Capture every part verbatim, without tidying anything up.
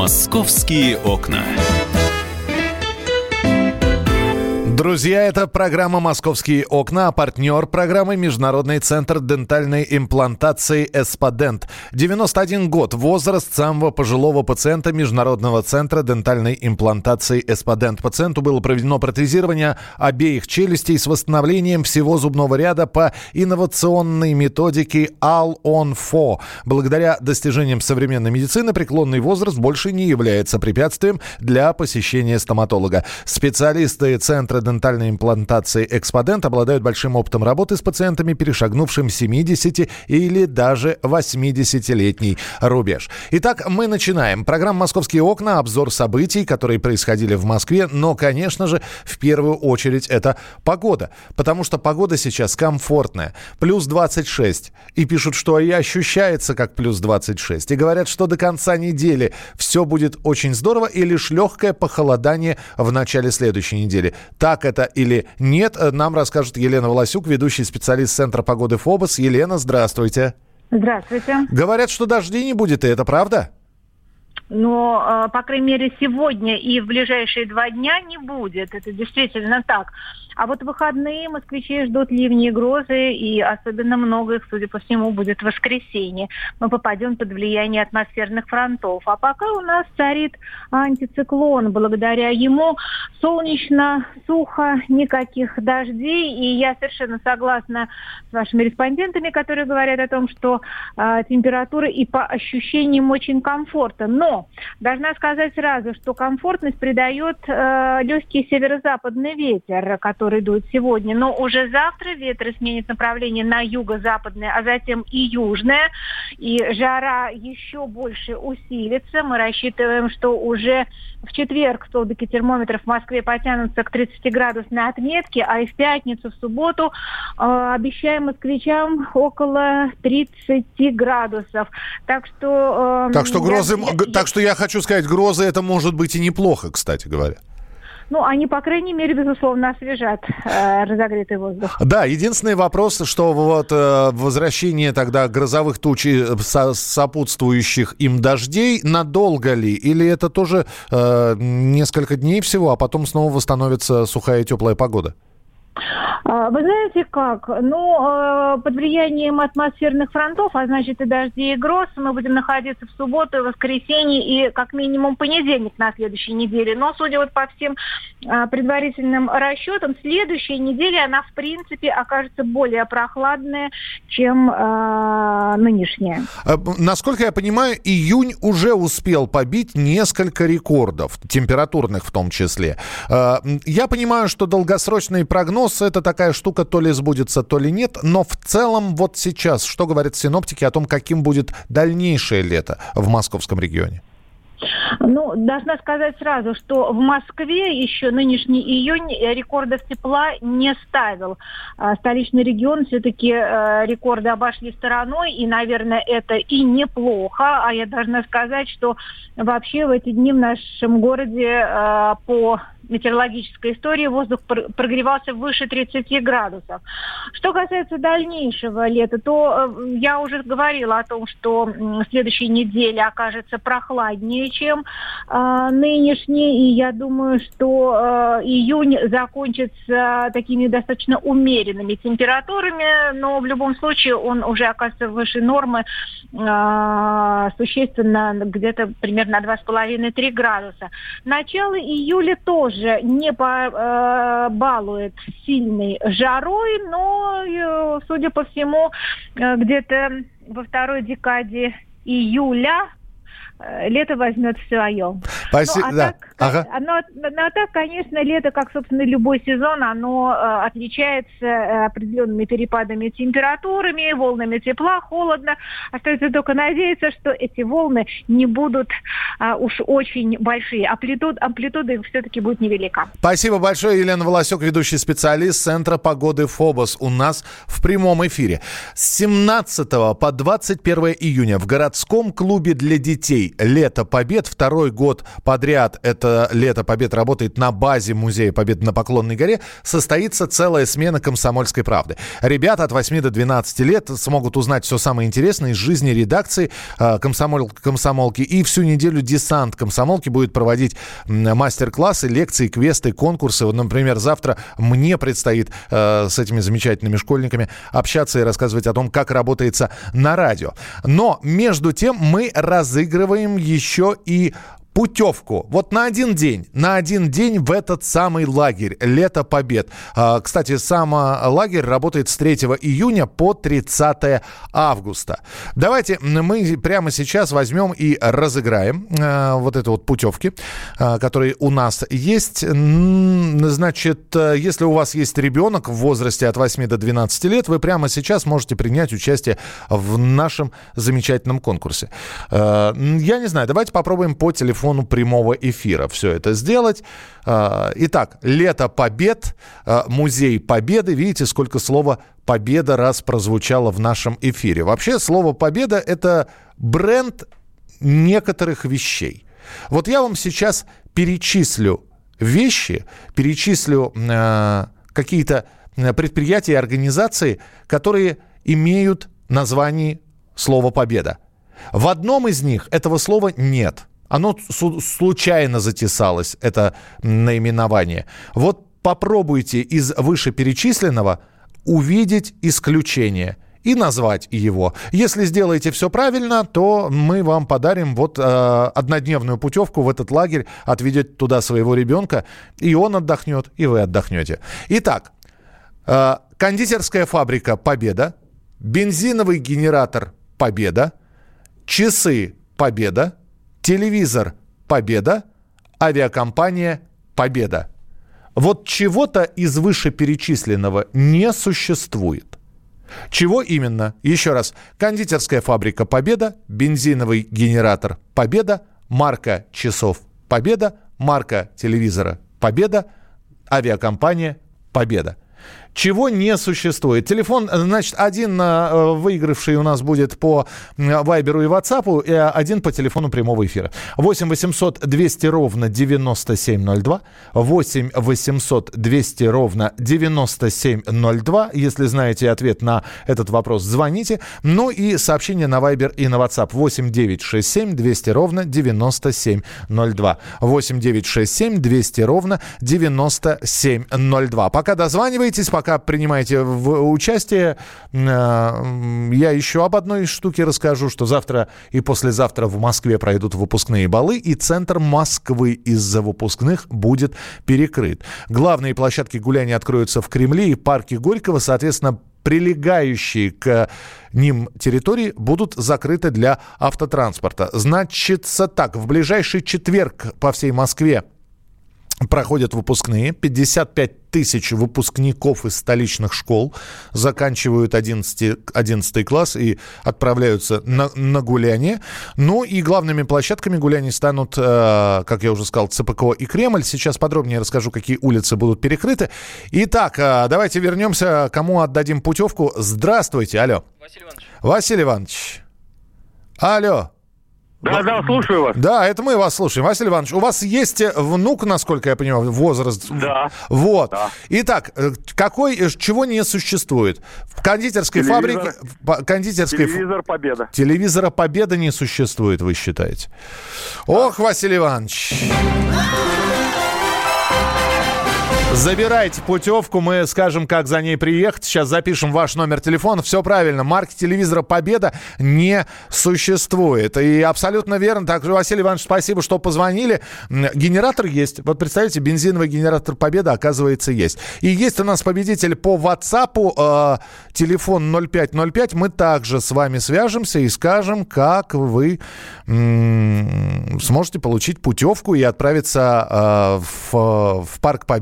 «Московские окна». Друзья, это программа «Московские окна», а партнер программы — Международный центр дентальной имплантации «Эсподент». девяносто один год, возраст самого пожилого пациента Международного центра дентальной имплантации «Эсподент». Пациенту было проведено протезирование обеих челюстей с восстановлением всего зубного ряда по инновационной методике эл он фор. Благодаря достижениям современной медицины преклонный возраст больше не является препятствием для посещения стоматолога. Специалисты Центра дентальной имплантации «Эсподент» обладают большим опытом работы с пациентами, перешагнувшим семидесяти- или даже восьмидесятилетний рубеж. Итак, мы начинаем. Программа «Московские окна», обзор событий, которые происходили в Москве. Но, конечно же, в первую очередь это погода. Потому что погода сейчас комфортная. Плюс двадцать шесть. И пишут, что и ощущается как плюс двадцать шесть. И говорят, что до конца недели все будет очень здорово, и лишь легкое похолодание в начале следующей недели. Так это или нет, нам расскажет Елена Волосюк, ведущий специалист Центра погоды ФОБОС. Елена, здравствуйте. Здравствуйте. Говорят, что дождей не будет, и это правда? Но, по крайней мере, сегодня и в ближайшие два дня не будет. Это действительно так. А вот в выходные москвичи ждут ливни и грозы, и особенно много их, судя по всему, будет в воскресенье. Мы попадем под влияние атмосферных фронтов. А пока у нас царит антициклон. Благодаря ему солнечно, сухо, никаких дождей. И я совершенно согласна с вашими респондентами, которые говорят о том, что э, температура и по ощущениям очень комфортна. Но должна сказать сразу, что комфортность придает э, легкий северо-западный ветер, который который дует сегодня, но уже завтра ветер сменит направление на юго-западное, а затем и южное, и жара еще больше усилится. Мы рассчитываем, что уже в четверг столбики термометров в Москве потянутся к тридцатиградусной отметке, а и в пятницу, в субботу э, обещаем москвичам около тридцати градусов. Так что... Э, так что грозы, я, я, так что я хочу сказать, грозы это может быть и неплохо, кстати говоря. Ну, они, по крайней мере, безусловно, освежат э, разогретый воздух. Да, единственный вопрос, что вот э, возвращение тогда грозовых туч и со, сопутствующих им дождей, надолго ли? Или это тоже э, несколько дней всего, а потом снова восстановится сухая и теплая погода? Вы знаете как? Ну, под влиянием атмосферных фронтов, а значит и дождей, и гроз, мы будем находиться в субботу, воскресенье и как минимум понедельник на следующей неделе. Но, судя вот по всем предварительным расчетам, следующая неделя, она в принципе окажется более прохладная, чем э, нынешняя. Насколько я понимаю, июнь уже успел побить несколько рекордов, температурных в том числе. Я понимаю, что долгосрочный прогноз — это такая штука, то ли сбудется, то ли нет. Но в целом вот сейчас, что говорят синоптики о том, каким будет дальнейшее лето в московском регионе? Ну, должна сказать сразу, что в Москве еще нынешний июнь рекордов тепла не ставил. Столичный регион все-таки рекорды обошли стороной, и, наверное, это и неплохо. А я должна сказать, что вообще в эти дни в нашем городе по метеорологической истории воздух прогревался выше тридцати градусов. Что касается дальнейшего лета, то я уже говорила о том, что следующая неделя окажется прохладнее, чем э, нынешний, и я думаю, что э, июнь закончится такими достаточно умеренными температурами, но в любом случае он уже окажется выше нормы э, существенно, где-то примерно на два с половиной - три градуса. Начало июля тоже не побалует сильной жарой, но, э, судя по всему, э, где-то во второй декаде июля лето возьмет свое. Спасибо. Ну, а, да. так, ага. оно, ну, а так, конечно, лето, как, собственно, любой сезон, оно э, отличается э, определенными перепадами температурами, волнами тепла, холодно. Остается только надеяться, что эти волны не будут э, уж очень большие. Амплитуд, амплитуда их все-таки будет невелика. Спасибо большое. Елена Волосюк, ведущий специалист Центра погоды ФОБОС, у нас в прямом эфире. С семнадцатого по двадцать первое июня в городском клубе для детей «Лето побед», второй год подряд это «Лето Побед» работает на базе Музея Победы на Поклонной горе, состоится целая смена «Комсомольской правды». Ребята от восьми до двенадцати лет смогут узнать все самое интересное из жизни редакции э, комсомол, «Комсомолки». И всю неделю десант «Комсомолки» будет проводить мастер-классы, лекции, квесты, конкурсы. Вот, например, завтра мне предстоит э, с этими замечательными школьниками общаться и рассказывать о том, как работается на радио. Но между тем мы разыгрываем еще и путевку. Вот на один день, на один день в этот самый лагерь «Лето Побед». А, кстати, сам лагерь работает с третьего июня по тридцатого августа. Давайте мы прямо сейчас возьмем и разыграем а, вот это вот путевки, а, которые у нас есть. Значит, если у вас есть ребенок в возрасте от восьми до двенадцати лет, вы прямо сейчас можете принять участие в нашем замечательном конкурсе. А, я не знаю, давайте попробуем по телефону прямого эфира все это сделать. Итак, «Лето Побед», Музей Победы. Видите, сколько слова «Победа» раз прозвучало в нашем эфире. Вообще, слово «Победа» — это бренд некоторых вещей. Вот я вам сейчас перечислю вещи, перечислю э, какие-то предприятия и организации, которые имеют название слова «Победа». В одном из них этого слова нет. Оно случайно затесалось, это наименование. Вот попробуйте из вышеперечисленного увидеть исключение и назвать его. Если сделаете все правильно, то мы вам подарим вот э, однодневную путевку в этот лагерь, отведете туда своего ребенка, и он отдохнет, и вы отдохнете. Итак, э, кондитерская фабрика «Победа», бензиновый генератор «Победа», часы «Победа», телевизор «Победа», авиакомпания «Победа». Вот чего-то из вышеперечисленного не существует. Чего именно? Еще раз. Кондитерская фабрика «Победа», бензиновый генератор «Победа», марка часов «Победа», марка телевизора «Победа», авиакомпания «Победа». Чего не существует? Телефон, значит, один э, выигравший у нас будет по Вайберу и Ватсапу, и один по телефону прямого эфира. восемь восемьсот двести ровно девяносто семь ноль два. восемь восемьсот двести ровно девяносто семь ноль два. Если знаете ответ на этот вопрос, звоните. Ну и сообщение на Вайбер и на Ватсап. восемь девятьсот шестьдесят семь двести ровно девяносто семь ноль два. восемь девятьсот шестьдесят семь двести ровно девяносто семь ноль два. Пока дозваниваетесь, пока принимаете в участие, я еще об одной штуке расскажу, что завтра и послезавтра в Москве пройдут выпускные балы, и центр Москвы из-за выпускных будет перекрыт. Главные площадки гуляния откроются в Кремле и парке Горького, соответственно, прилегающие к ним территории будут закрыты для автотранспорта. Значится так, в ближайший четверг по всей Москве проходят выпускные. пятьдесят пять тысяч выпускников из столичных школ заканчивают одиннадцатый класс и отправляются на, на гуляние. Ну и главными площадками гуляний станут, э, как я уже сказал, ЦПКО и Кремль. Сейчас подробнее расскажу, какие улицы будут перекрыты. Итак, э, давайте вернемся, кому отдадим путевку. Здравствуйте, алло. Василий Иванович. Василий Иванович. Алло. Да, да, слушаю вас. Да, это мы вас слушаем. Василий Иванович, у вас есть внук, насколько я понимаю, возраст? Да. Вот. Да. Итак, какой, чего не существует? В кондитерской Телевизор. фабрике... Кондитерской... Телевизор «Победа». Телевизора «Победа» не существует, вы считаете? Да. Ох, Василий Иванович... Забирайте путевку, мы скажем, как за ней приехать. Сейчас запишем ваш номер телефона. Все правильно, марки телевизора «Победа» не существует. И абсолютно верно. Так, Василий Иванович, спасибо, что позвонили. Генератор есть. Вот представляете, бензиновый генератор «Победа», оказывается, есть. И есть у нас победитель по WhatsApp, э, телефон ноль пять ноль пять. Мы также с вами свяжемся и скажем, как вы м- сможете получить путевку и отправиться э, в, в Парк Победы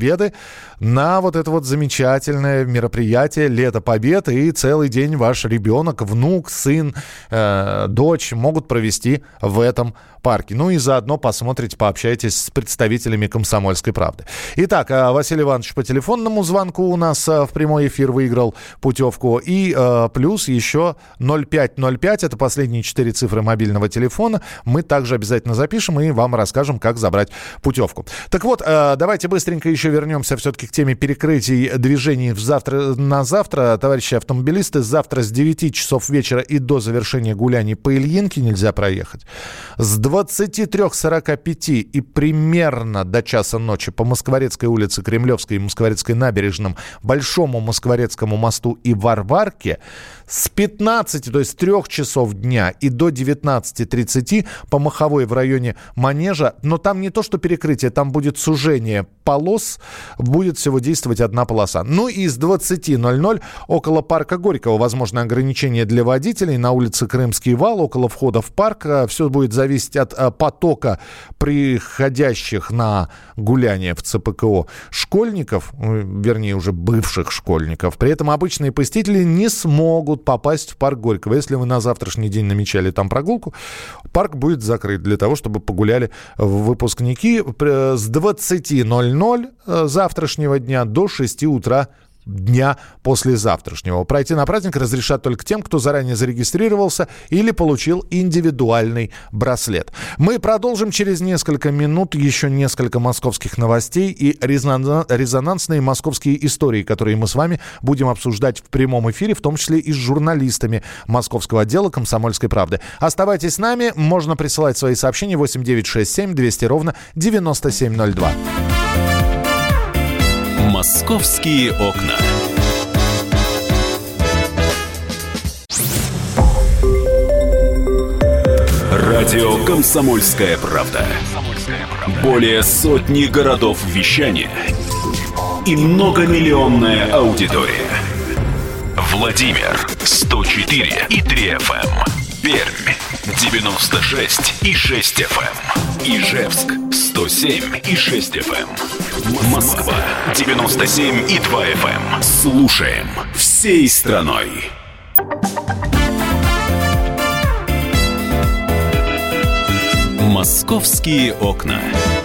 на вот это вот замечательное мероприятие «Лето Побед», и целый день ваш ребенок, внук, сын, э, дочь могут провести в этом парке. Ну и заодно посмотрите, пообщайтесь с представителями «Комсомольской правды». Итак, Василий Иванович по телефонному звонку у нас в прямой эфир выиграл путевку. И э, плюс еще ноль пять ноль пять, это последние четыре цифры мобильного телефона. Мы также обязательно запишем и вам расскажем, как забрать путевку. Так вот, э, давайте быстренько еще вернемся все-таки к теме перекрытий движений в завтра, на завтра. Товарищи автомобилисты, завтра с девяти часов вечера и до завершения гуляний по Ильинке нельзя проехать. С двадцати трёх сорока пяти и примерно до часа ночи по Москворецкой улице, Кремлевской и Москворецкой набережным, Большому Москворецкому мосту и Варварке, с пятнадцати, то есть с трёх часов дня и до девятнадцати тридцати по Маховой в районе Манежа. Но там не то, что перекрытие, там будет сужение полос, будет всего действовать одна полоса. Ну и с двадцати ноль-ноль около парка Горького возможно ограничение для водителей на улице Крымский вал, около входа в парк. Все будет зависеть от потока приходящих на гуляние в ЦПКО школьников, вернее уже бывших школьников. При этом обычные посетители не смогут попасть в парк Горького. Если вы на завтрашний день намечали там прогулку, парк будет закрыт для того, чтобы погуляли выпускники с двадцати ноль-ноль завтрашнего дня до шести утра дня послезавтрашнего. Пройти на праздник разрешат только тем, кто заранее зарегистрировался или получил индивидуальный браслет. Мы продолжим через несколько минут. Еще несколько московских новостей и резонансные московские истории, которые мы с вами будем обсуждать в прямом эфире, в том числе и с журналистами московского отдела «Комсомольской правды». Оставайтесь с нами. Можно присылать свои сообщения восемь девятьсот шестьдесят семь двести ровно девяносто семь ноль два. «Московские окна». Радио «Комсомольская правда». Более сотни городов вещания и многомиллионная аудитория. Владимир сто четыре и три эф эм. Пермь девяносто шесть и шесть эф эм. Ижевск сто семь и шесть эф эм. Москва девяносто семь и два эф эм. Слушаем всей страной. «Московские окна».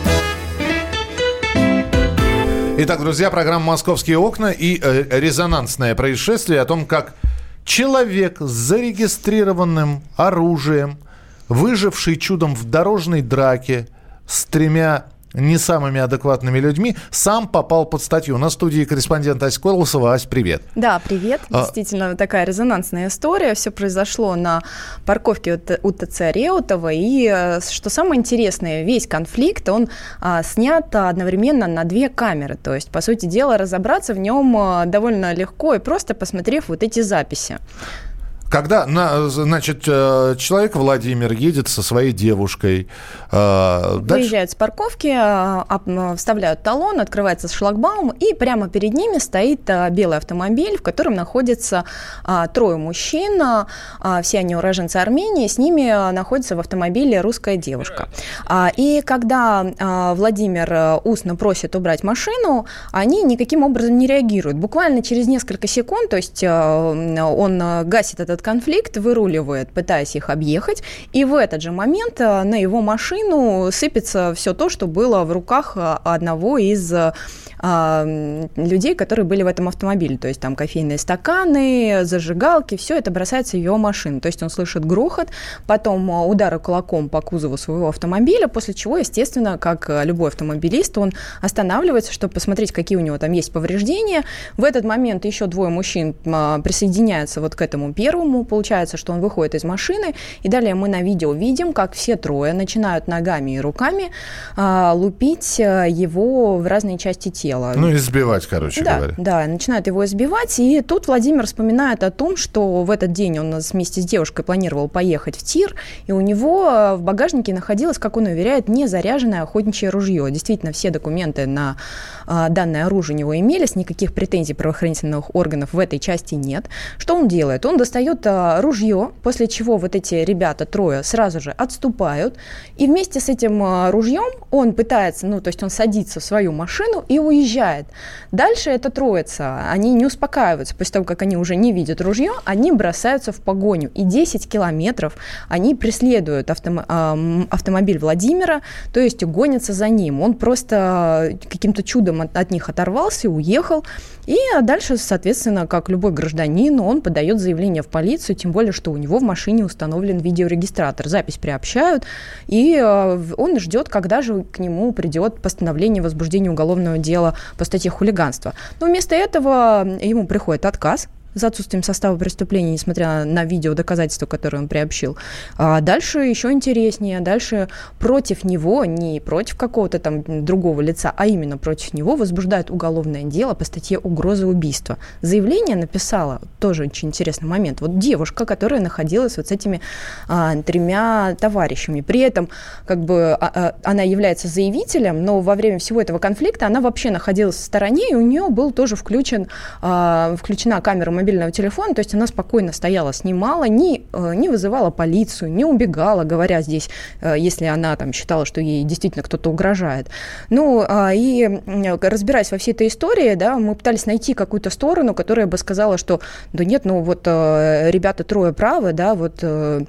Итак, друзья, программа «Московские окна» и э, резонансное происшествие о том, как человек с зарегистрированным оружием, выживший чудом в дорожной драке с тремя не самыми адекватными людьми, сам попал под статью. На студии корреспондент Ася Колосова. Ась, привет. Да, привет. А... Действительно, такая резонансная история. Все произошло на парковке у ТЦ Реутова. И, что самое интересное, весь конфликт, он а, снят одновременно на две камеры. То есть, по сути дела, разобраться в нем довольно легко и просто посмотрев вот эти записи. Когда, значит, человек, Владимир, едет со своей девушкой. Выезжают дальше... с парковки, вставляют талон, открывается шлагбаум, и прямо перед ними стоит белый автомобиль, в котором находится трое мужчин. Все они уроженцы Армении, с ними находится в автомобиле русская девушка. И когда Владимир устно просит убрать машину, они никаким образом не реагируют. Буквально через несколько секунд, то есть он гасит этот конфликт, выруливает, пытаясь их объехать, и в этот же момент на его машину сыпется все то, что было в руках одного из а, людей, которые были в этом автомобиле. То есть там кофейные стаканы, зажигалки, все это бросается в его машину. То есть он слышит грохот, потом удары кулаком по кузову своего автомобиля, после чего, естественно, как любой автомобилист, он останавливается, чтобы посмотреть, какие у него там есть повреждения. В этот момент еще двое мужчин присоединяются вот к этому первому. Получается, что он выходит из машины, и далее мы на видео видим, как все трое начинают ногами и руками а, лупить его в разные части тела. Ну, избивать, короче да, говоря. Да, начинают его избивать, и тут Владимир вспоминает о том, что в этот день он вместе с девушкой планировал поехать в тир, и у него в багажнике находилось, как он уверяет, незаряженное охотничье ружье. Действительно, все документы на а, данное оружие у него имелись, никаких претензий правоохранительных органов в этой части нет. Что он делает? Он достает достает а, ружье, после чего вот эти ребята, трое, сразу же отступают, и вместе с этим а, ружьем он пытается, ну, то есть он садится в свою машину и уезжает. Дальше эта троица, они не успокаиваются, после того, как они уже не видят ружье, они бросаются в погоню, и десять километров они преследуют автом, а, автомобиль Владимира, то есть гонятся за ним. Он просто каким-то чудом от, от них оторвался, уехал, и дальше, соответственно, как любой гражданин, он подает заявление в полицию, тем более, что у него в машине установлен видеорегистратор. Запись приобщают, и э, он ждет, когда же к нему придет постановление о возбуждении уголовного дела по статье хулиганства. Но вместо этого ему приходит отказ за отсутствием состава преступления, несмотря на видео доказательства, которые он приобщил. А дальше еще интереснее. Дальше против него, не против какого-то там другого лица, а именно против него возбуждают уголовное дело по статье угроза убийства. Заявление написала, тоже очень интересный момент, вот девушка, которая находилась вот с этими а, тремя товарищами. При этом как бы а, а, она является заявителем, но во время всего этого конфликта она вообще находилась в стороне, и у нее был тоже включен, а, включена камера мобильного телефона, то есть она спокойно стояла, снимала, не, не вызывала полицию, не убегала, говоря здесь, если она там считала, что ей действительно кто-то угрожает. Ну, и разбираясь во всей этой истории, да, мы пытались найти какую-то сторону, которая бы сказала, что да нет, ну вот ребята трое правы, да, вот...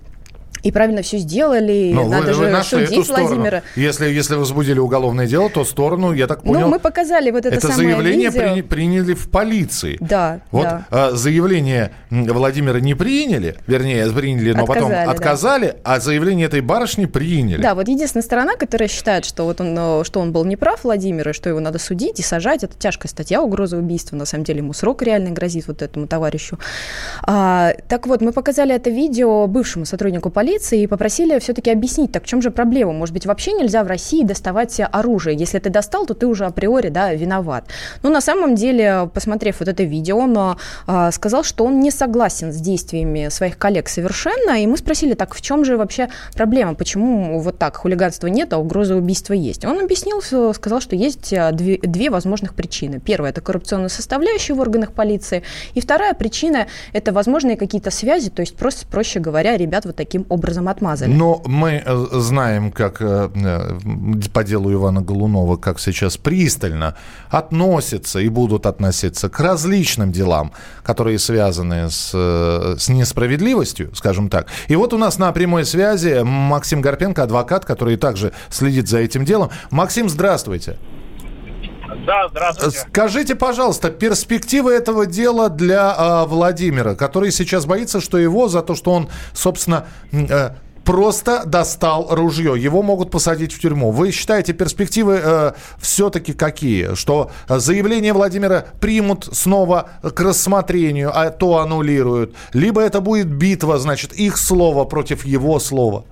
И правильно все сделали, но надо вы, же вы судить Владимира. Если, если возбудили уголовное дело, то сторону, я так понял... Ну, мы показали вот это, это самое заявление видео. При, приняли в полиции. Да, вот, да. А, заявление Владимира не приняли, вернее, приняли, но отказали, потом отказали, да. А заявление этой барышни приняли. Да, вот единственная сторона, которая считает, что, вот он, что он был неправ, Владимир, и что его надо судить и сажать, это тяжкая статья угроза убийства, на самом деле ему срок реально грозит вот этому товарищу. А, так вот, мы показали это видео бывшему сотруднику полиции и попросили все-таки объяснить, так в чем же проблема? Может быть, вообще нельзя в России доставать оружие? Если ты достал, то ты уже априори, да, виноват. Но на самом деле, посмотрев вот это видео, он а, сказал, что он не согласен с действиями своих коллег совершенно, и мы спросили, так в чем же вообще проблема? Почему вот так хулиганства нет, а угроза убийства есть? Он объяснил, сказал, что есть две, две возможных причины. Первая – это коррупционная составляющая в органах полиции, и вторая причина – это возможные какие-то связи, то есть просто, проще говоря, ребят вот таким образом отмазали. Но мы знаем, как по делу Ивана Голунова, как сейчас пристально относятся и будут относиться к различным делам, которые связаны с, с несправедливостью, скажем так. И вот у нас на прямой связи Максим Гарпенко, адвокат, который также следит за этим делом. Максим, здравствуйте. Да, здравствуйте. Скажите, пожалуйста, перспективы этого дела для э, Владимира, который сейчас боится, что его за то, что он, собственно, э, просто достал ружье, его могут посадить в тюрьму. Вы считаете, перспективы э, все-таки какие? Что заявление Владимира примут снова к рассмотрению, а то аннулируют? Либо это будет битва, значит, их слово против его слова?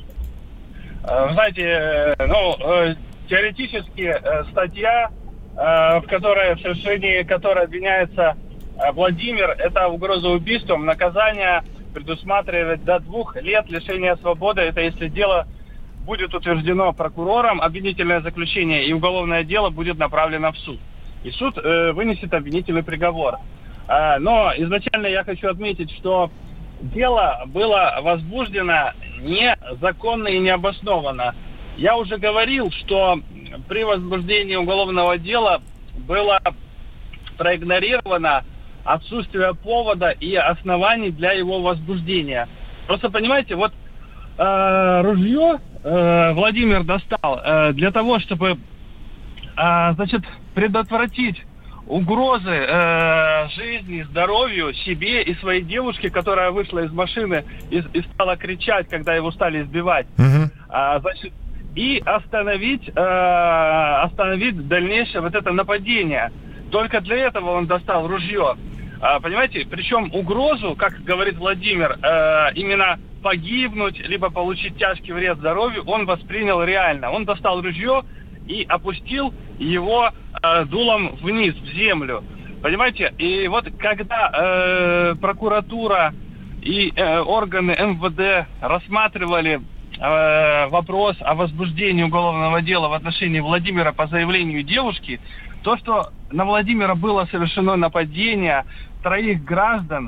Вы знаете, ну, теоретически статья, в которой, в совершении которой обвиняется Владимир, это угроза убийством. Наказание предусматривает до двух лет лишения свободы. Это если дело будет утверждено прокурором, обвинительное заключение и уголовное дело будет направлено в суд. И суд э, вынесет обвинительный приговор. А, но изначально я хочу отметить, что дело было возбуждено незаконно и необоснованно. Я уже говорил, что при возбуждении уголовного дела было проигнорировано отсутствие повода и оснований для его возбуждения. Просто понимаете, вот э, ружье э, Владимир достал э, для того, чтобы э, значит, предотвратить угрозы э, жизни, здоровью себе и своей девушке, которая вышла из машины и, и стала кричать, когда его стали избивать. Uh-huh. А, значит, и остановить, э, остановить дальнейшее вот это нападение. Только для этого он достал ружье. А, понимаете, причем угрозу, как говорит Владимир, э, именно погибнуть, либо получить тяжкий вред здоровью, он воспринял реально. Он достал ружье и опустил его э, дулом вниз, в землю. Понимаете? И вот когда э, прокуратура и э, органы эм вэ дэ рассматривали э, вопрос о возбуждении уголовного дела в отношении Владимира по заявлению девушки, то, что на Владимира было совершено нападение троих граждан,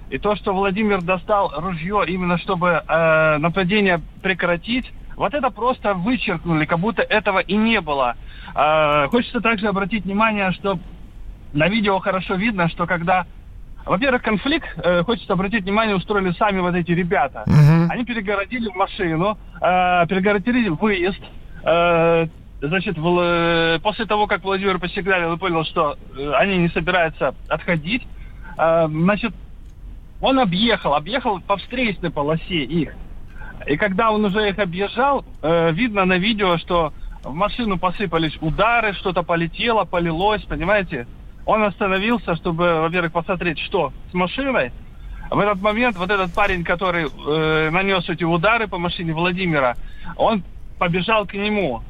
и то, что Владимир достал ружье именно чтобы э, нападение прекратить, вот это просто вычеркнули, как будто этого и не было. Э, хочется также обратить внимание, что на видео хорошо видно, что когда... Во-первых, конфликт, э, хочется обратить внимание, устроили сами вот эти ребята. Uh-huh. Они перегородили машину, э, перегородили выезд. Э, значит, в, э, после того, как Владимир посигналил и понял, что э, они не собираются отходить, э, значит, он объехал, объехал по встречной полосе их. И когда он уже их объезжал, э, видно на видео, что в машину посыпались удары, что-то полетело, полилось, понимаете? Он остановился, чтобы, во-первых, посмотреть, что с машиной. В этот момент вот этот парень, который э, нанес эти удары по машине Владимира, он побежал к нему.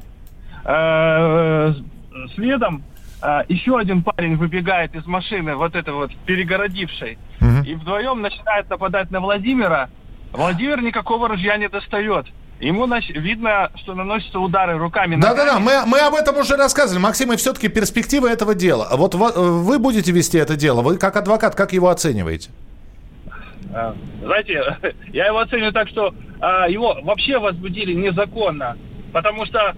Э, следом э, еще один парень выбегает из машины, вот этой вот перегородившей, mm-hmm. и вдвоем начинает нападать на Владимира. Владимир никакого ружья не достает. Ему видно, что наносятся удары руками. Да-да-да, мы, мы об этом уже рассказывали. Максим, и все-таки перспективы этого дела. Вот вы будете вести это дело, вы как адвокат, как его оцениваете? Знаете, я его оцениваю так, что его вообще возбудили незаконно, потому что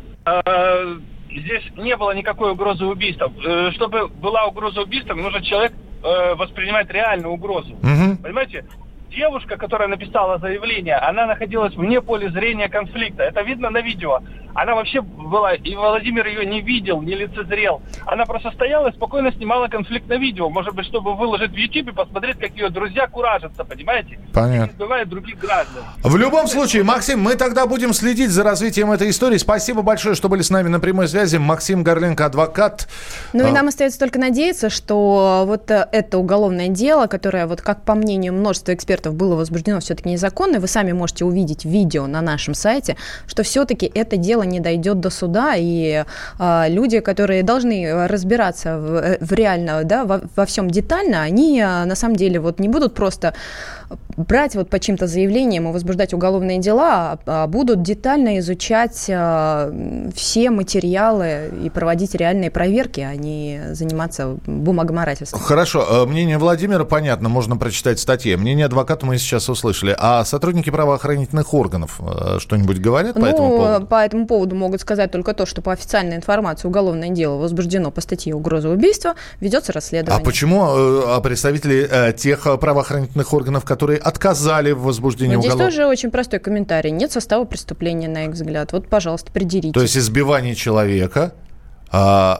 здесь не было никакой угрозы убийства. Чтобы была угроза убийства, нужно человек воспринимать реальную угрозу. Угу. Понимаете? Девушка, которая написала заявление, она находилась вне поля зрения конфликта. Это видно на видео. Она вообще была, и Владимир ее не видел, не лицезрел. Она просто стояла и спокойно снимала конфликт на видео. Может быть, чтобы выложить в YouTube и посмотреть, как ее друзья куражатся, понимаете? Понятно. И избивают других граждан. В любом случае, Максим, мы тогда будем следить за развитием этой истории. Спасибо большое, что были с нами на прямой связи. Максим Горленко, адвокат. Ну и нам остается только надеяться, что вот это уголовное дело, которое, вот как по мнению множества экспертов, было возбуждено все-таки незаконно, вы сами можете увидеть видео на нашем сайте, что все-таки это дело не дойдет до суда, и э, люди, которые должны разбираться в, в реально, да, во, во всем детально, они э, на самом деле вот не будут просто брать вот по чьим-то заявлениям и возбуждать уголовные дела, а будут детально изучать э, все материалы и проводить реальные проверки, а не заниматься бумагоморательством. Хорошо. Мнение Владимира понятно, можно прочитать в статье. Мнение адвоката мы сейчас услышали. А сотрудники правоохранительных органов что-нибудь говорят по ну, этому поводу? По этому поводу могут сказать только то, что по официальной информации уголовное дело возбуждено по статье «Угроза убийства», ведется расследование. А почему а представители а, тех правоохранительных органов, которые отказали в возбуждении уголовного... Здесь тоже очень простой комментарий. Нет состава преступления, на их взгляд. Вот, пожалуйста, придеритесь. То есть избивание человека... А,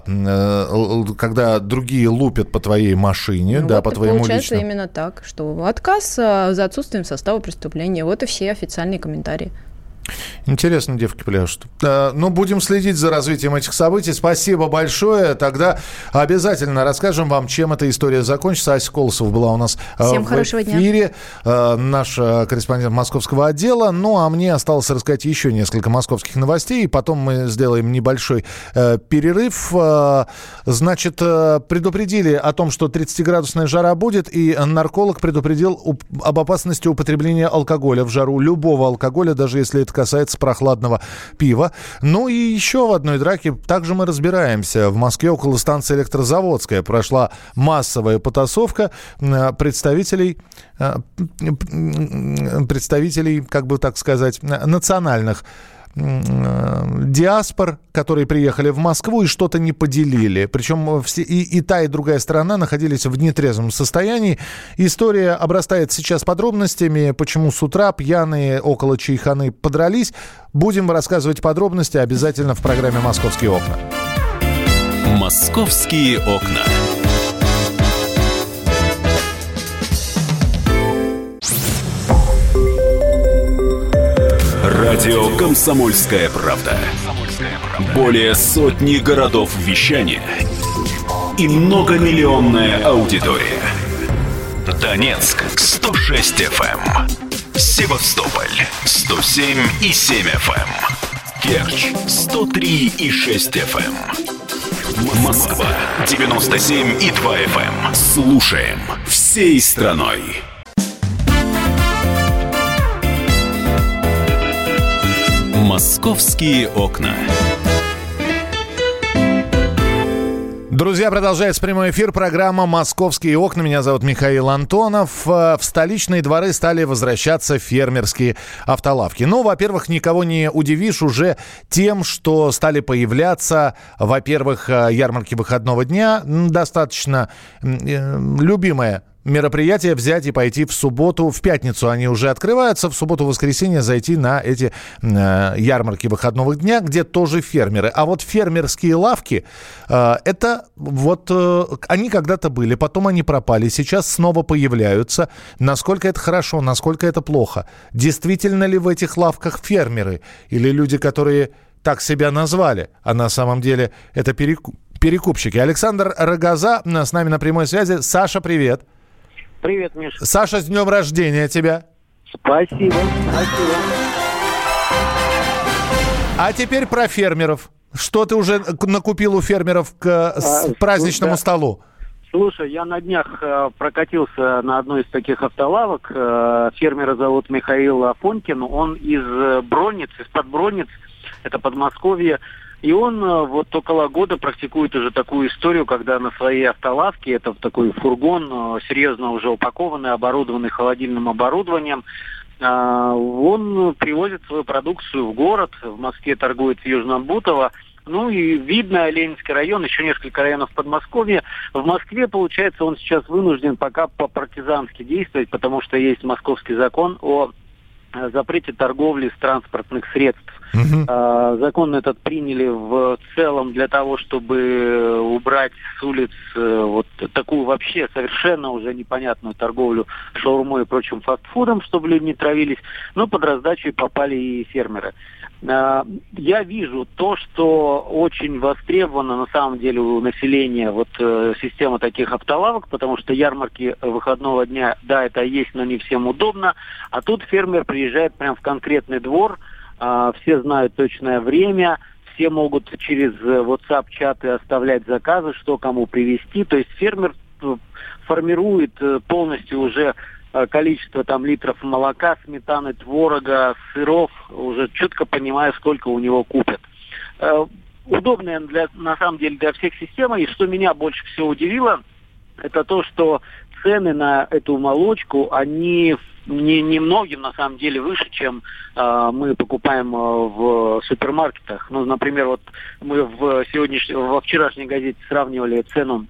когда другие лупят по твоей машине, ну, да, вот по твоему личному. Получается именно так, что отказ за отсутствием состава преступления. Вот и все официальные комментарии. Интересно, девки пляшут. Ну, будем следить за развитием этих событий. Спасибо большое. Тогда обязательно расскажем вам, чем эта история закончится. Ася Колосова была у нас Всем в хорошего эфире. Дня. Наш корреспондент московского отдела. Ну, а мне осталось рассказать еще несколько московских новостей. Потом мы сделаем небольшой э, перерыв. Э, значит, э, предупредили о том, что тридцатиградусная жара будет. И нарколог предупредил уп- об опасности употребления алкоголя в жару. Любого алкоголя, даже если это касается прохладного пива. Ну и еще в одной драке также мы разбираемся. В Москве около станции Электрозаводская прошла массовая потасовка представителей, представителей, как бы так сказать, национальных диаспор, которые приехали в Москву и что-то не поделили. Причем все, и, и та, и другая сторона находились в нетрезвом состоянии. История обрастает сейчас подробностями, почему с утра пьяные около чайханы подрались. Будем рассказывать подробности обязательно в программе «Московские окна». «Московские окна». Радио «Комсомольская правда». Более сотни городов вещания и многомиллионная аудитория. Донецк сто шесть эф эм, Севастополь сто семь и семь эф эм, Керчь сто три и шесть эф эм, Москва девяносто семь и два эф эм. Слушаем всей страной. «Московские окна». Друзья, продолжается прямой эфир. Программа «Московские окна». Меня зовут Михаил Антонов. В столичные дворы стали возвращаться фермерские автолавки. Ну, во-первых, никого не удивишь уже тем, что стали появляться, во-первых, ярмарки выходного дня. Достаточно любимая мероприятие взять и пойти в субботу, в пятницу они уже открываются, в субботу-воскресенье зайти на эти э, ярмарки выходного дня, где тоже фермеры. А вот фермерские лавки, э, это вот, э, они когда-то были, потом они пропали, сейчас снова появляются. Насколько это хорошо, насколько это плохо? Действительно ли в этих лавках фермеры? Или люди, которые так себя назвали, а на самом деле это перекуп, перекупщики? Александр Рогоза с нами на прямой связи. Саша, привет. Привет, Миша. Саша, с днем рождения тебя. Спасибо, спасибо. А теперь про фермеров. Что ты уже накупил у фермеров к а, праздничному да. столу? Слушай, я на днях э, прокатился на одной из таких автолавок. Э, фермера зовут Михаил Афонькин. Он из Бронниц, из-под Бронниц, это Подмосковье. И он вот около года практикует уже такую историю, когда на своей автолавке, это такой фургон, серьезно уже упакованный, оборудованный холодильным оборудованием, он привозит свою продукцию в город, в Москве торгует в Южном Бутово. Ну и видно, Ленинский район, еще несколько районов Подмосковья. В Москве, получается, он сейчас вынужден пока по-партизански действовать, потому что есть московский закон о запрете торговли с транспортных средств. Uh-huh. А, закон этот приняли в целом для того, чтобы убрать с улиц а, вот такую вообще совершенно уже непонятную торговлю шаурмой и прочим фастфудом, чтобы люди не травились. Но под раздачу и попали и фермеры. А, я вижу то, что очень востребовано на самом деле у населения вот а, система таких автолавок, потому что ярмарки выходного дня, да, это есть, но не всем удобно. А тут фермер приезжает прямо в конкретный двор, все знают точное время, все могут через WhatsApp-чаты оставлять заказы, что кому привезти. То есть фермер формирует полностью уже количество там литров молока, сметаны, творога, сыров, уже четко понимая, сколько у него купят. Удобная для, на самом деле для всех система. И что меня больше всего удивило, это то, что цены на эту молочку, они не, немногим на самом деле выше, чем э, мы покупаем э, в супермаркетах. Ну, например, вот мы в сегодняшней, во вчерашней газете сравнивали цену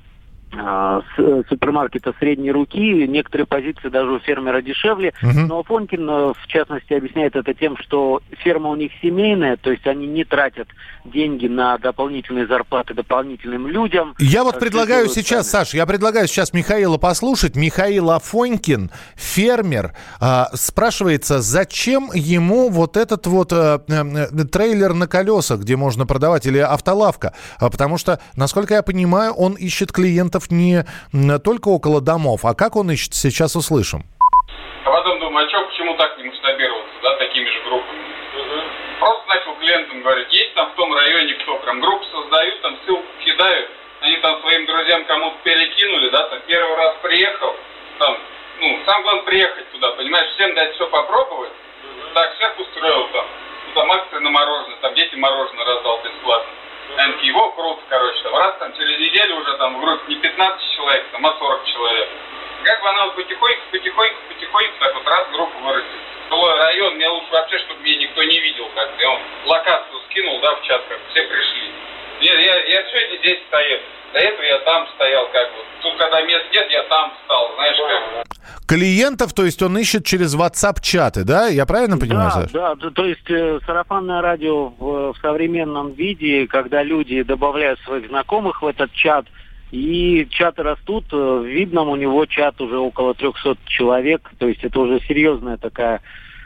э, с супермаркета средней руки. Некоторые позиции даже у фермера дешевле. Uh-huh. Но Афонькин, э, в частности, объясняет это тем, что ферма у них семейная, то есть они не тратят деньги на дополнительные зарплаты дополнительным людям. Я вот предлагаю сейчас, сами. Саш, я предлагаю сейчас Михаила послушать. Михаил Афонькин, фермер, э, спрашивается, зачем ему вот этот вот э, э, трейлер на колесах, где можно продавать, или автолавка? А потому что, насколько я понимаю, он ищет клиентов не только около домов, а как он ищет, сейчас услышим. А потом думаю, а что, почему так не масштабироваться, да, такими же группами? Угу. Просто начал клиентам говорить, есть там в том районе кто, прям группу создают, там ссылку кидают, они там своим друзьям кому-то перекинули, да, там первый раз приехал, там, ну, самое главное приехать туда, понимаешь, всем дать все попробовать, угу. Так, всех устроил там, ну, там акции на мороженое, там дети мороженое раздал бесплатно. Они такие, его круто, короче, там раз там через неделю уже там в группе не пятнадцать человек, там, а сорок человек. Как бы она вот потихоньку, потихоньку, потихоньку так вот раз группу вырастет. Жилой район, мне лучше вообще, чтобы меня никто не видел как-то. Я вам локацию скинул, да, в чат, как все пришли. Нет, я, я сегодня здесь стою. До этого я там стоял, как бы. Тут, когда мест нет, я там встал, знаешь, как. Клиентов, то есть он ищет через WhatsApp-чаты, да? Я правильно понимаю, да, Саш? Да, да, то есть э, сарафанное радио в, в современном виде, когда люди добавляют своих знакомых в этот чат, и чаты растут, в Видном у него чат уже около трехсот человек, то есть это уже серьезная такая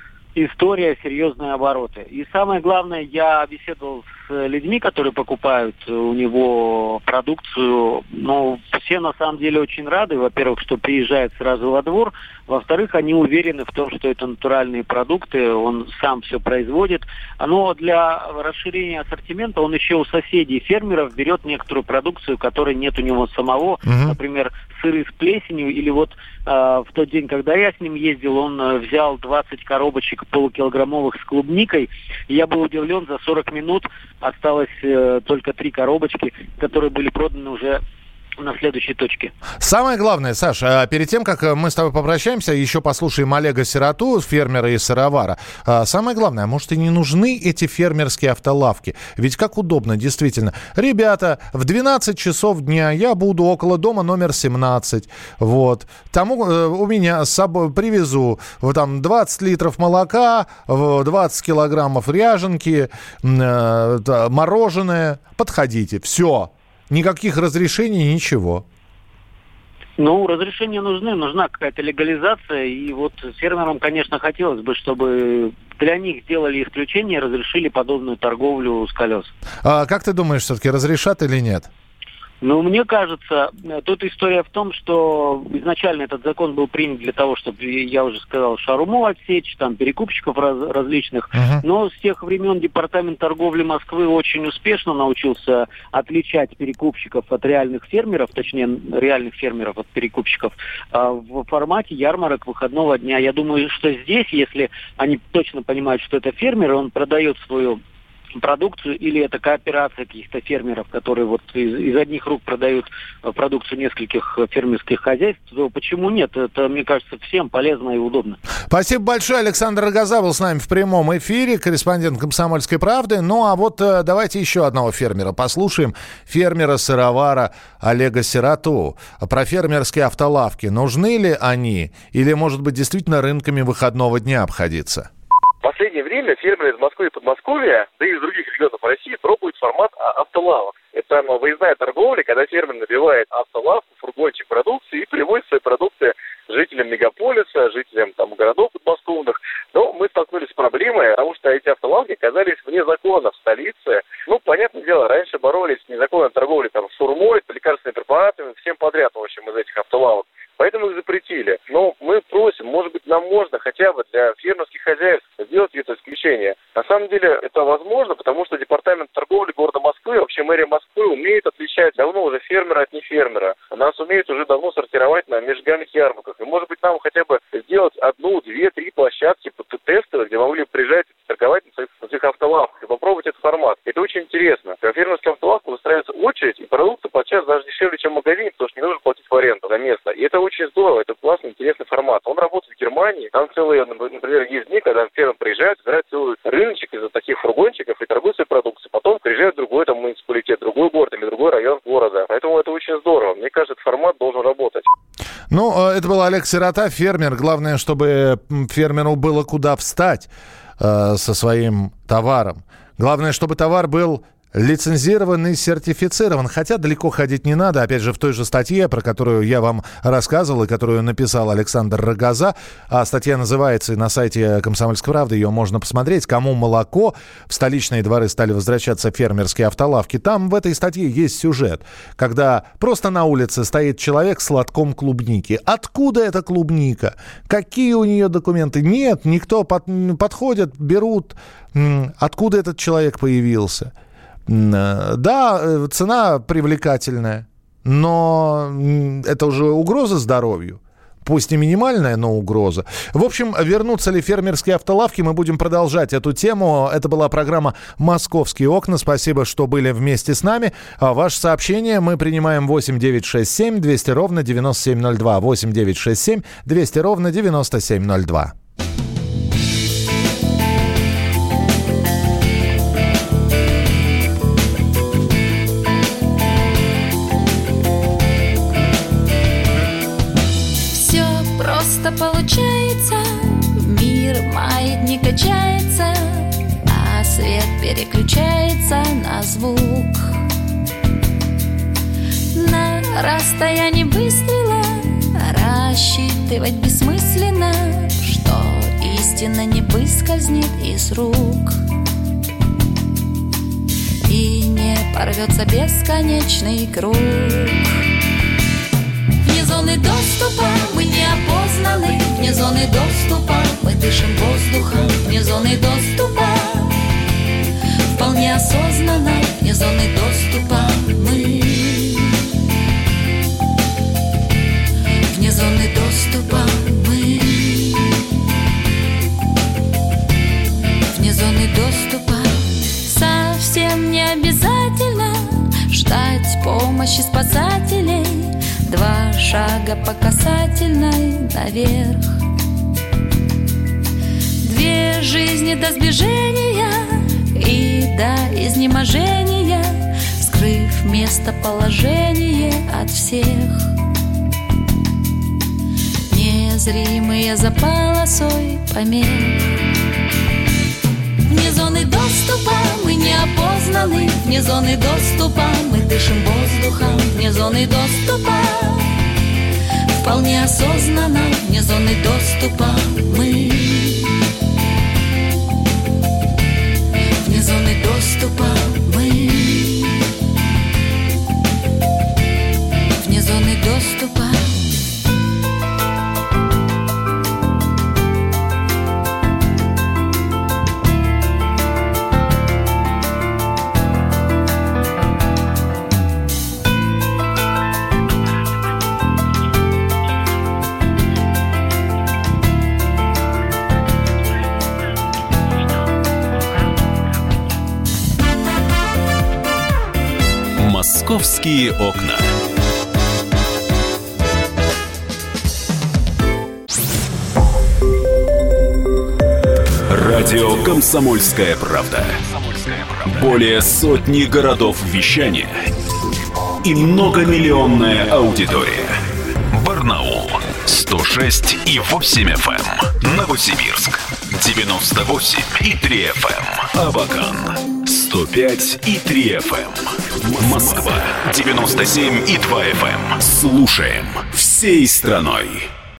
история, серьезные обороты. И самое главное, я беседовал с людьми, которые покупают у него продукцию, но все на самом деле очень рады, во-первых, что приезжает сразу во двор, во-вторых, они уверены в том, что это натуральные продукты, он сам все производит. Но для расширения ассортимента он еще у соседей фермеров берет некоторую продукцию, которой нет у него самого, uh-huh. Например, сыр сыры с плесенью, или вот э, в тот день, когда я с ним ездил, он э, взял двадцать коробочек полукилограммовых с клубникой. И я был удивлен, за сорок минут осталось э, только три коробочки, которые были проданы уже на следующей точке. Самое главное, Саша, перед тем, как мы с тобой попрощаемся, еще послушаем Олега Сироту, фермера из Сыровара. Самое главное, может, и не нужны эти фермерские автолавки? Ведь как удобно, действительно. Ребята, в двенадцать часов дня я буду около дома номер семнадцать. Вот. Тому у меня с собой привезу вот, там двадцать литров молока, двадцать килограммов ряженки, мороженое. Подходите. Все. Никаких разрешений, ничего. Ну, разрешения нужны, нужна какая-то легализация. И вот фермерам, конечно, хотелось бы, чтобы для них сделали исключение, разрешили подобную торговлю с колес. А как ты думаешь, все-таки разрешат или нет? Ну, мне кажется, тут история в том, что изначально этот закон был принят для того, чтобы, я уже сказал, шаурму отсечь, там, перекупщиков раз, различных. Uh-huh. Но с тех времен Департамент торговли Москвы очень успешно научился отличать перекупщиков от реальных фермеров, точнее, реальных фермеров от перекупщиков, в формате ярмарок выходного дня. Я думаю, что здесь, если они точно понимают, что это фермер, он продает свою продукцию, или это кооперация каких-то фермеров, которые вот из, из одних рук продают продукцию нескольких фермерских хозяйств, то почему нет? Это, мне кажется, всем полезно и удобно. Спасибо большое. Александр Рогоза был с нами в прямом эфире, корреспондент «Комсомольской правды». Ну, а вот давайте еще одного фермера послушаем. Фермера Сыровара Олега Сироту. Про фермерские автолавки. Нужны ли они? Или, может быть, действительно рынками выходного дня обходиться? В последнее время фермеры из Москвы и Подмосковья, да и из других регионов России пробуют формат автолавок. Это выездная торговля, когда фермер набивает автолавку, фургончик продукции и привозит свои продукты жителям мегаполиса, жителям там городов подмосковных. Но мы столкнулись с проблемой, потому что эти автолавки оказались вне закона в столице. Ну, понятное дело, раньше боролись с незаконной торговлей там шаурмой, лекарственными препаратами, всем подряд, в общем, из этих автолавок. Поэтому их запретили. Но мы просим, может быть, нам можно хотя бы для фермерских хозяйств сделать это исключение. На самом деле это возможно, потому что Департамент торговли города Москвы, вообще мэрия Москвы умеет отличать давно уже фермера от нефермера. Нас умеет уже давно сортировать на межгальных ярмарках. И может быть нам хотя бы сделать одну, две, три площадки тестовые, где могли приезжать и торговать на своих, на своих автолавках и попробовать этот формат. Это очень интересно. При фермерских автолавках выстраивается очередь, и продукты подчас даже дешевле, чем в магазине, потому что не нужно платить в аренду за место. И это очень здорово, это классный, интересный формат. Он работает в Германии. Там целые, например, есть дни, когда фермер приезжает, собирает целый рыночек из таких фургончиков и торгует своей продукцией. Потом приезжает в другой там муниципалитет, другой город или другой район города. Поэтому это очень здорово. Мне кажется, этот формат должен работать. Ну, это был Олег Сирота, фермер. Главное, чтобы фермеру было куда встать э, со своим товаром. Главное, чтобы товар был лицензирован и сертифицирован. Хотя далеко ходить не надо. Опять же, в той же статье, про которую я вам рассказывал и которую написал Александр Рогоза, а статья называется на сайте «Комсомольской правды», ее можно посмотреть, «Кому молоко?» В столичные дворы стали возвращаться фермерские автолавки. Там в этой статье есть сюжет, когда просто на улице стоит человек с лотком клубники. Откуда эта клубника? Какие у нее документы? Нет, никто под, подходит, берут. Откуда этот человек появился? Да, цена привлекательная, но это уже угроза здоровью. Пусть и минимальная, но угроза. В общем, вернутся ли фермерские автолавки, мы будем продолжать эту тему. Это была программа «Московские окна». Спасибо, что были вместе с нами. А ваше сообщение мы принимаем восемь девятьсот шестьдесят семь двести ровно девяносто семь ноль два. восемь девятьсот шестьдесят семь двести ровно девяносто семь ноль два. Получается, мир маятник качается, а свет переключается на звук. На расстоянии выстрела рассчитывать бессмысленно, что истина не выскользнет из рук и не порвется бесконечный круг. Вне зоны доступа мы не опознаны, вне зоны доступа мы дышим воздухом, вне зоны доступа вполне осознанно, вне зоны доступа мы. доступа мы. Вне зоны доступа. Совсем не обязательно ждать помощи спасателей. Два шага по касательной наверх. Две жизни до сближения и до изнеможения, скрыв местоположение от всех. Незримые за полосой помех. Вне зоны доступа мы не опознаны. Вне зоны доступа мы дышим воздухом. Вне зоны доступа вполне осознанно. Вне зоны доступа мы. Вне зоны доступа мы. Вне зоны доступа. «Московские окна». Радио «Комсомольская правда». Более сотни городов вещания и многомиллионная аудитория. Барнаул сто шесть и восемь эф эм, Новосибирск девяносто восемь и три эф эм, Абакан сто пять и три эф эм, Москва девяносто семь и два эф эм. Слушаем всей страной.